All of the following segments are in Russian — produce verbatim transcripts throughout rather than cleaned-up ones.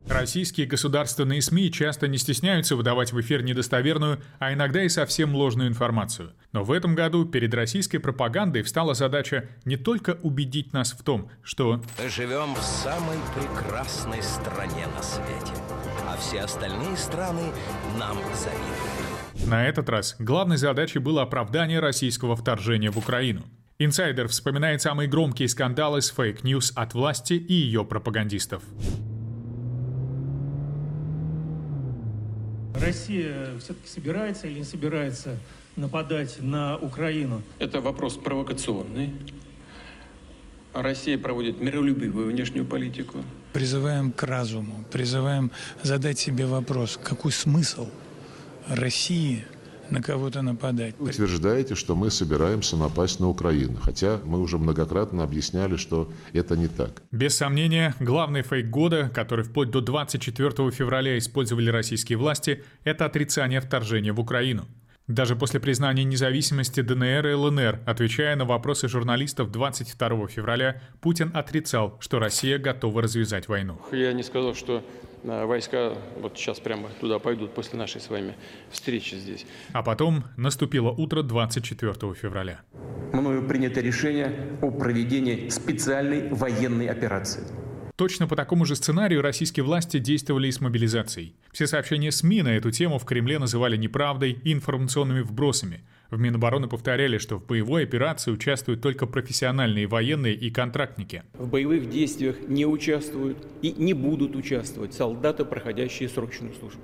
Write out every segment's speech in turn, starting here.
Российские государственные СМИ часто не стесняются выдавать в эфир недостоверную, а иногда и совсем ложную информацию. Но в этом году перед российской пропагандой встала задача не только убедить нас в том, что мы живем в самой прекрасной стране на свете, а все остальные страны нам завидуют. На этот раз главной задачей было оправдание российского вторжения в Украину. Инсайдер вспоминает самые громкие скандалы с фейк-ньюс от власти и ее пропагандистов. Россия все-таки собирается или не собирается нападать на Украину? Это вопрос провокационный. Россия проводит миролюбивую внешнюю политику. Призываем к разуму, призываем задать себе вопрос, какой смысл России на кого-то нападать. Вы утверждаете, что мы собираемся напасть на Украину, хотя мы уже многократно объясняли, что это не так. Без сомнения, главный фейк года, который вплоть до двадцать четвёртого февраля использовали российские власти, это отрицание вторжения в Украину. Даже после признания независимости ДНР и ЛНР, отвечая на вопросы журналистов двадцать второго февраля, Путин отрицал, что Россия готова развязать войну. Я не сказал, что войска вот сейчас прямо туда пойдут после нашей с вами встречи здесь. А потом наступило утро двадцать четвёртого февраля. Мною принято решение о проведении специальной военной операции. Точно по такому же сценарию российские власти действовали и с мобилизацией. Все сообщения СМИ на эту тему в Кремле называли неправдой и информационными вбросами. В Минобороны повторяли, что в боевой операции участвуют только профессиональные военные и контрактники. В боевых действиях не участвуют и не будут участвовать солдаты, проходящие срочную службу.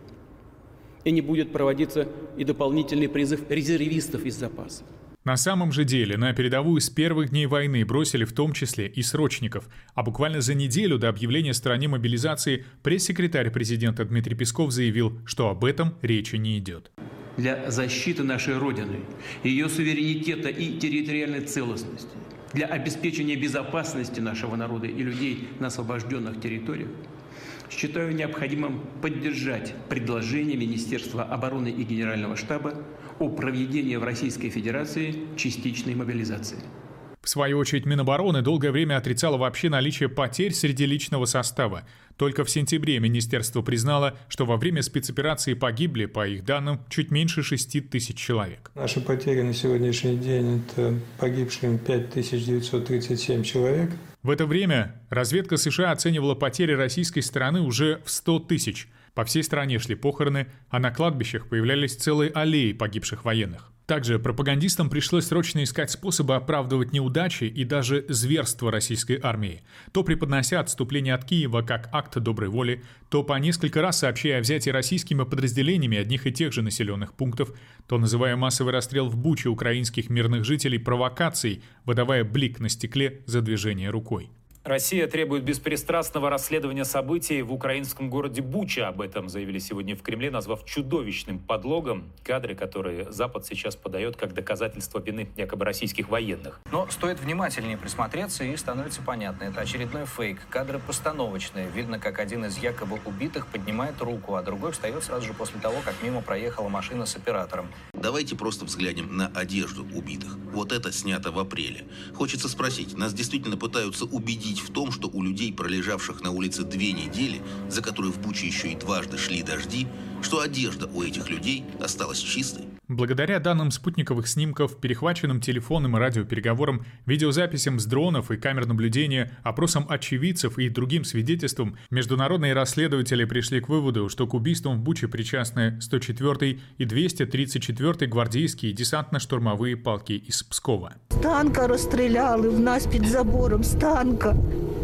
И не будет проводиться и дополнительный призыв резервистов из запаса. На самом же деле на передовую с первых дней войны бросили в том числе и срочников, а буквально за неделю до объявления стране мобилизации пресс-секретарь президента Дмитрий Песков заявил, что об этом речи не идет. Для защиты нашей Родины, ее суверенитета и территориальной целостности, для обеспечения безопасности нашего народа и людей на освобожденных территориях, считаю необходимым поддержать предложение Министерства обороны и Генерального штаба о проведении в Российской Федерации частичной мобилизации. В свою очередь, Минобороны долгое время отрицало вообще наличие потерь среди личного состава. Только в сентябре министерство признало, что во время спецоперации погибли, по их данным, чуть меньше шести тысяч человек. Наши потери на сегодняшний день – это погибшим пять тысяч девятьсот тридцать семь человек. В это время разведка США оценивала потери российской стороны уже в сто тысяч. По всей стране шли похороны, а на кладбищах появлялись целые аллеи погибших военных. Также пропагандистам пришлось срочно искать способы оправдывать неудачи и даже зверства российской армии. То преподнося отступление от Киева как акт доброй воли, то по несколько раз сообщая о взятии российскими подразделениями одних и тех же населенных пунктов, то называя массовый расстрел в Буче украинских мирных жителей провокацией, выдавая блик на стекле за движение рукой. Россия требует беспристрастного расследования событий в украинском городе Буча. Об этом заявили сегодня в Кремле, назвав чудовищным подлогом кадры, которые Запад сейчас подает как доказательство вины якобы российских военных. Но стоит внимательнее присмотреться, и становится понятно. Это очередной фейк. Кадры постановочные. Видно, как один из якобы убитых поднимает руку, а другой встает сразу же после того, как мимо проехала машина с оператором. Давайте просто взглянем на одежду убитых. Вот это снято в апреле. Хочется спросить, нас действительно пытаются убедить в том, что у людей, пролежавших на улице две недели, за которые в Буче еще и дважды шли дожди, что одежда у этих людей осталась чистой? Благодаря данным спутниковых снимков, перехваченным телефонным и радиопереговорам, видеозаписям с дронов и камер наблюдения, опросам очевидцев и другим свидетельствам, международные расследователи пришли к выводу, что к убийствам в Буче причастны сто четвёртый и двести тридцать четвёртый гвардейские десантно-штурмовые полки из Пскова. З танка розстріляли в нас під забором, з танка.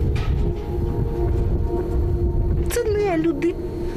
Це не люди.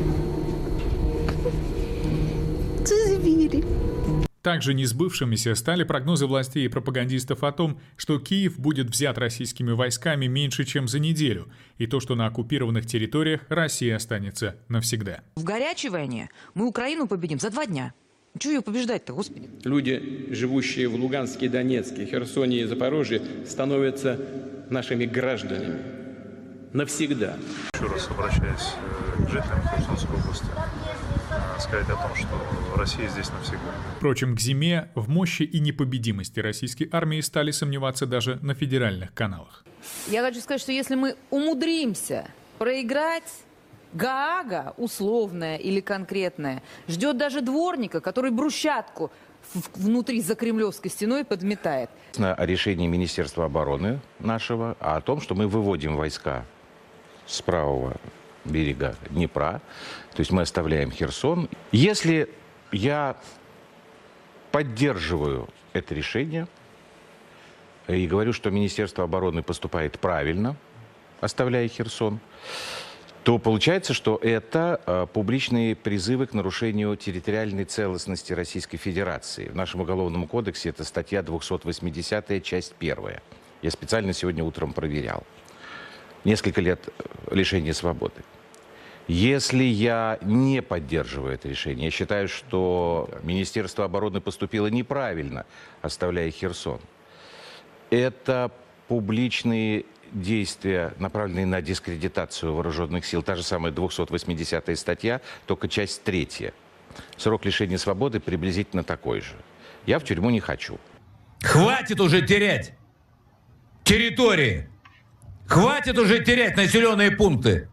Це звірі. Также несбывшимися стали прогнозы властей и пропагандистов о том, что Киев будет взят российскими войсками меньше, чем за неделю, и то, что на оккупированных территориях Россия останется навсегда. В горячей войне мы Украину победим за два дня. Чего ее побеждать-то, господи? Люди, живущие в Луганске, Донецке, Херсоне и Запорожье, становятся нашими гражданами. Навсегда. Еще раз обращаюсь к жителям Херсонской области, сказать о том, что Россия здесь навсегда. Впрочем, к зиме в мощи и непобедимости российской армии стали сомневаться даже на федеральных каналах. Я хочу сказать, что если мы умудримся проиграть Гаага, условная или конкретная, ждет даже дворника, который брусчатку внутри за Кремлевской стеной подметает. О решении Министерства обороны нашего, а о том, что мы выводим войска с правого берега Днепра, то есть мы оставляем Херсон. Если я поддерживаю это решение и говорю, что Министерство обороны поступает правильно, оставляя Херсон, то получается, что это э, публичные призывы к нарушению территориальной целостности Российской Федерации. В нашем Уголовном кодексе это статья двухсот восьмидесятая, часть первая. Я специально сегодня утром проверял. Несколько лет лишения свободы. Если я не поддерживаю это решение, я считаю, что Министерство обороны поступило неправильно, оставляя Херсон. Это публичные действия, направленные на дискредитацию вооруженных сил. Та же самая двухсот восьмидесятая статья, только часть третья. Срок лишения свободы приблизительно такой же. Я в тюрьму не хочу. Хватит уже терять территории! Хватит уже терять населенные пункты!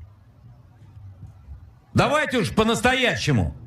Давайте уж по-настоящему!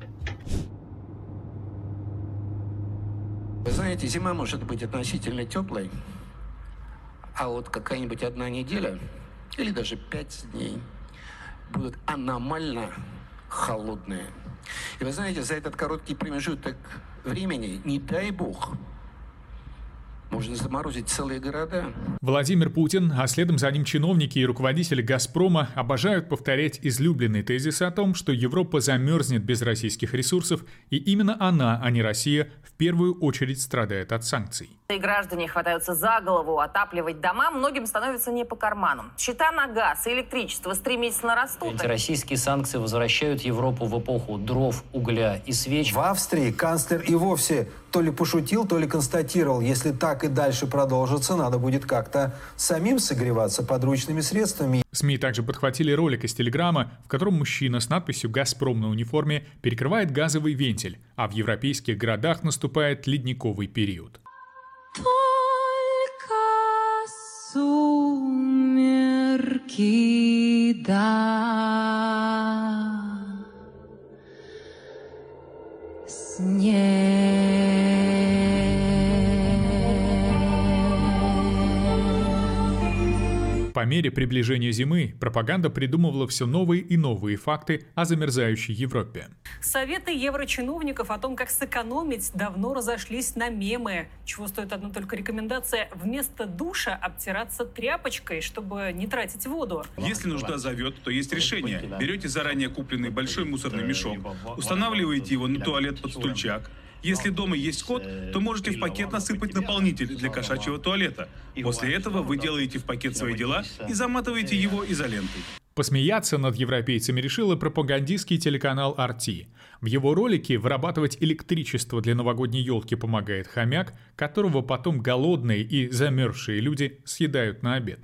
Вы знаете, зима может быть относительно теплой, а вот какая-нибудь одна неделя или даже пять дней будут аномально холодные. И вы знаете, за этот короткий промежуток времени, не дай бог, можно заморозить целые города. Владимир Путин, а следом за ним чиновники и руководители «Газпрома» обожают повторять излюбленный тезис о том, что Европа замерзнет без российских ресурсов, и именно она, а не Россия, в первую очередь страдает от санкций. И граждане хватаются за голову, отапливать дома многим становится не по карману. Счета на газ и электричество стремительно растут. Антироссийские санкции возвращают Европу в эпоху дров, угля и свеч. В Австрии канцлер и вовсе то ли пошутил, то ли констатировал, если так и дальше продолжится, надо будет как-то самим согреваться подручными средствами. СМИ также подхватили ролик из Телеграма, в котором мужчина с надписью «Газпром» на униформе перекрывает газовый вентиль, а в европейских городах наступает ледниковый период. Только сумерки, да, снег. По мере приближения зимы пропаганда придумывала все новые и новые факты о замерзающей Европе. Советы еврочиновников о том, как сэкономить, давно разошлись на мемы. Чего стоит одна только рекомендация: вместо душа обтираться тряпочкой, чтобы не тратить воду. Если нужда зовет, то есть решение. Берете заранее купленный большой мусорный мешок, устанавливаете его на туалет под стульчак. Если дома есть кот, то можете в пакет насыпать наполнитель для кошачьего туалета. После этого вы делаете в пакет свои дела и заматываете его изолентой. Посмеяться над европейцами решил и пропагандистский телеканал эр ти. В его ролике вырабатывать электричество для новогодней елки помогает хомяк, которого потом голодные и замерзшие люди съедают на обед.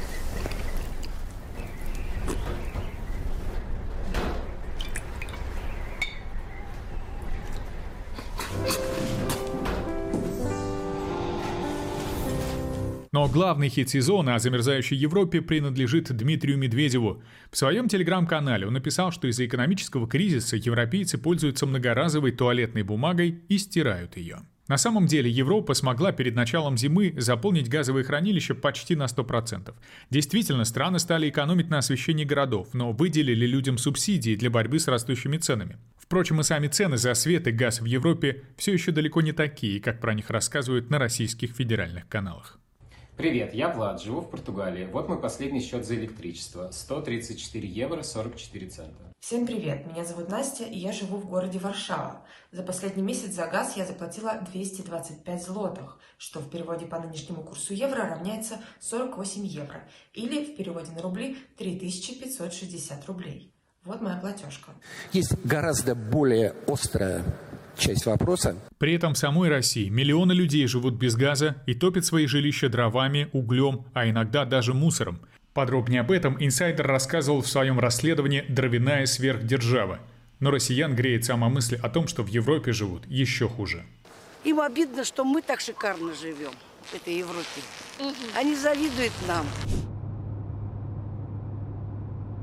Но главный хит сезона о замерзающей Европе принадлежит Дмитрию Медведеву. В своем телеграм-канале он написал, что из-за экономического кризиса европейцы пользуются многоразовой туалетной бумагой и стирают ее. На самом деле Европа смогла перед началом зимы заполнить газовые хранилища почти на сто процентов. Действительно, страны стали экономить на освещении городов, но выделили людям субсидии для борьбы с растущими ценами. Впрочем, и сами цены за свет и газ в Европе все еще далеко не такие, как про них рассказывают на российских федеральных каналах. Привет, я Влад, живу в Португалии. Вот мой последний счет за электричество. сто тридцать четыре евро сорок четыре цента. Всем привет, меня зовут Настя, и я живу в городе Варшава. За последний месяц за газ я заплатила двести двадцать пять злотых, что в переводе по нынешнему курсу евро равняется сорок восемь евро, или в переводе на рубли три тысячи пятьсот шестьдесят рублей. Вот моя платежка. Есть гораздо более острая часть вопроса. При этом в самой России миллионы людей живут без газа и топят свои жилища дровами, углем, а иногда даже мусором. Подробнее об этом инсайдер рассказывал в своем расследовании «Дровяная сверхдержава». Но россиян греет сама мысль о том, что в Европе живут еще хуже. Им обидно, что мы так шикарно живем в этой Европе. Угу. Они завидуют нам.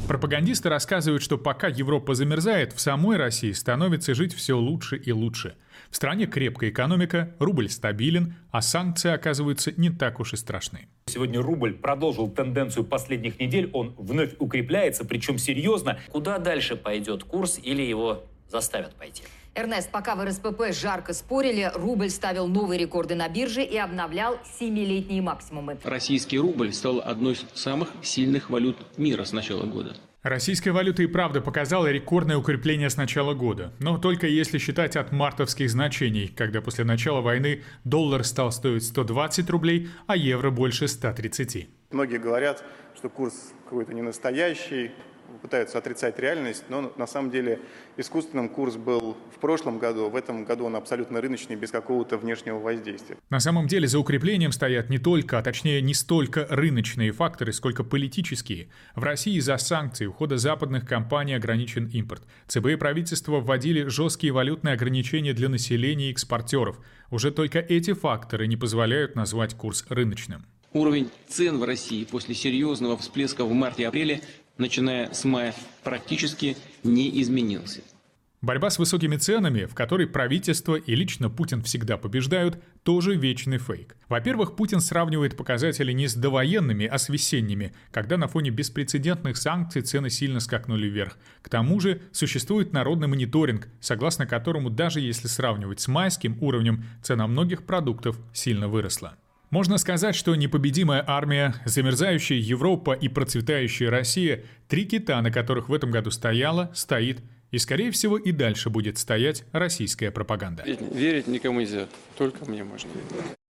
Пропагандисты рассказывают, что пока Европа замерзает, в самой России становится жить все лучше и лучше. В стране крепкая экономика, рубль стабилен, а санкции оказываются не так уж и страшны. Сегодня рубль продолжил тенденцию последних недель, он вновь укрепляется, причем серьезно. Куда дальше пойдет курс или его заставят пойти? Эрнест, пока в эр эс пэ пэ жарко спорили, рубль ставил новые рекорды на бирже и обновлял семилетние максимумы. Российский рубль стал одной из самых сильных валют мира с начала года. Российская валюта и правда показала рекордное укрепление с начала года. Но только если считать от мартовских значений, когда после начала войны доллар стал стоить сто двадцать рублей, а евро больше ста тридцати. Многие говорят, что курс какой-то ненастоящий, пытаются отрицать реальность, но на самом деле искусственным курс был в прошлом году, в этом году он абсолютно рыночный, без какого-то внешнего воздействия. На самом деле за укреплением стоят не только, а точнее не столько рыночные факторы, сколько политические. В России из-за санкций, ухода западных компаний ограничен импорт. цэ бэ и правительство вводили жесткие валютные ограничения для населения и экспортеров. Уже только эти факторы не позволяют назвать курс рыночным. Уровень цен в России после серьезного всплеска в марте-апреле, начиная с мая, практически не изменился. Борьба с высокими ценами, в которой правительство и лично Путин всегда побеждают, тоже вечный фейк. Во-первых, Путин сравнивает показатели не с довоенными, а с весенними, когда на фоне беспрецедентных санкций цены сильно скакнули вверх. К тому же существует народный мониторинг, согласно которому даже если сравнивать с майским уровнем, цена многих продуктов сильно выросла. Можно сказать, что непобедимая армия, замерзающая Европа и процветающая Россия – три кита, на которых в этом году стояла, стоит и, скорее всего, и дальше будет стоять российская пропаганда. Верить никому нельзя, только мне можно.